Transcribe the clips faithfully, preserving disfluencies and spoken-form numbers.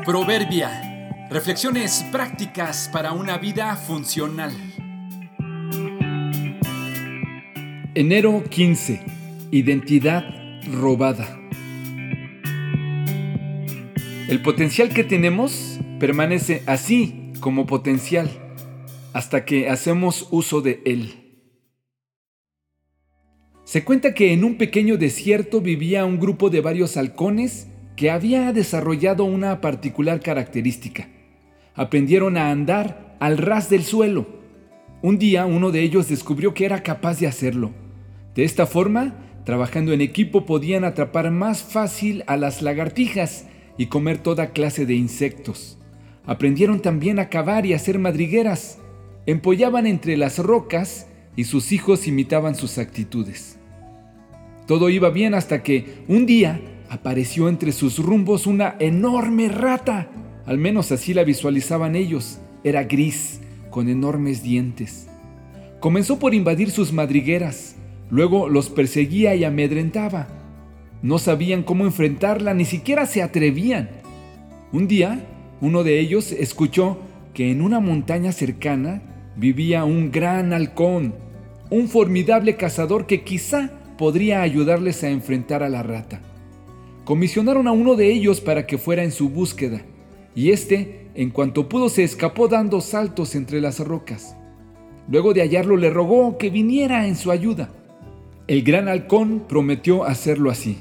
Proverbia. Reflexiones prácticas para una vida funcional. Enero quince. Identidad robada. El potencial que tenemos permanece así como potencial hasta que hacemos uso de él. Se cuenta que en un pequeño desierto vivía un grupo de varios halcones que había desarrollado una particular característica. Aprendieron a andar al ras del suelo. Un día uno de ellos descubrió que era capaz de hacerlo. De esta forma, trabajando en equipo podían atrapar más fácil a las lagartijas y comer toda clase de insectos. Aprendieron también a cavar y hacer madrigueras. Empollaban entre las rocas y sus hijos imitaban sus actitudes. Todo iba bien hasta que, un día, apareció entre sus rumbos una enorme rata. Al menos así la visualizaban ellos. Era gris, con enormes dientes. Comenzó por invadir sus madrigueras. Luego los perseguía y amedrentaba. No sabían cómo enfrentarla, ni siquiera se atrevían. Un día, uno de ellos escuchó que en una montaña cercana vivía un gran halcón, un formidable cazador que quizá podría ayudarles a enfrentar a la rata. Comisionaron a uno de ellos para que fuera en su búsqueda, y éste, en cuanto pudo, se escapó dando saltos entre las rocas. Luego de hallarlo, le rogó que viniera en su ayuda. El gran halcón prometió hacerlo así.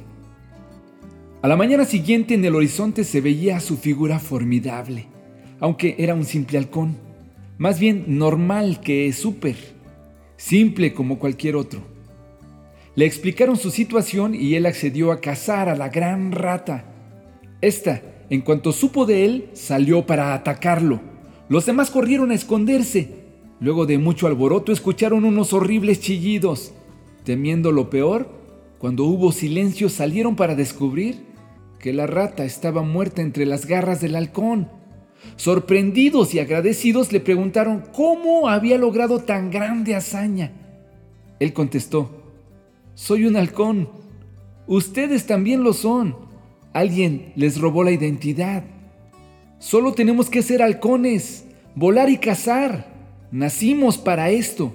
A la mañana siguiente, en el horizonte se veía su figura formidable, aunque era un simple halcón, más bien normal que súper, simple como cualquier otro. Le explicaron su situación y él accedió a cazar a la gran rata. Esta, en cuanto supo de él, salió para atacarlo. Los demás corrieron a esconderse. Luego de mucho alboroto escucharon unos horribles chillidos. Temiendo lo peor, cuando hubo silencio salieron para descubrir que la rata estaba muerta entre las garras del halcón. Sorprendidos y agradecidos le preguntaron cómo había logrado tan grande hazaña. Él contestó: «Soy un halcón. Ustedes también lo son. Alguien les robó la identidad. Solo tenemos que ser halcones, volar y cazar. Nacimos para esto».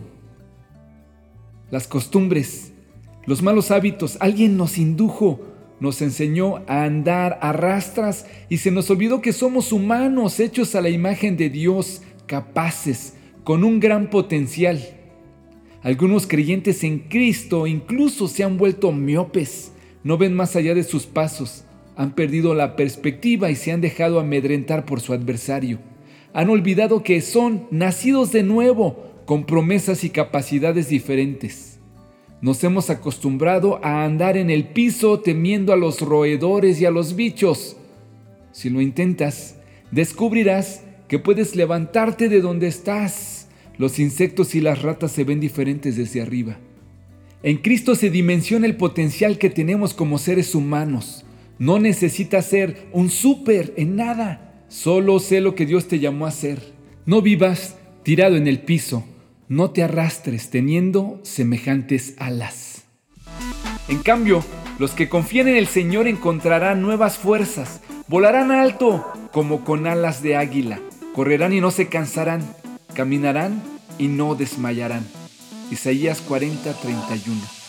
Las costumbres, los malos hábitos, alguien nos indujo, nos enseñó a andar a rastras y se nos olvidó que somos humanos hechos a la imagen de Dios, capaces, con un gran potencial. Algunos creyentes en Cristo incluso se han vuelto miopes, no ven más allá de sus pasos, han perdido la perspectiva y se han dejado amedrentar por su adversario. Han olvidado que son nacidos de nuevo, con promesas y capacidades diferentes. Nos hemos acostumbrado a andar en el piso temiendo a los roedores y a los bichos. Si lo intentas, descubrirás que puedes levantarte de donde estás. Los insectos y las ratas se ven diferentes desde arriba. En Cristo se dimensiona el potencial que tenemos como seres humanos. No necesitas ser un súper en nada. Solo sé lo que Dios te llamó a ser. No vivas tirado en el piso. No te arrastres teniendo semejantes alas. En cambio, los que confían en el Señor encontrarán nuevas fuerzas. Volarán alto como con alas de águila. Correrán y no se cansarán. Caminarán y no desmayarán. Isaías cuarenta, treinta y uno.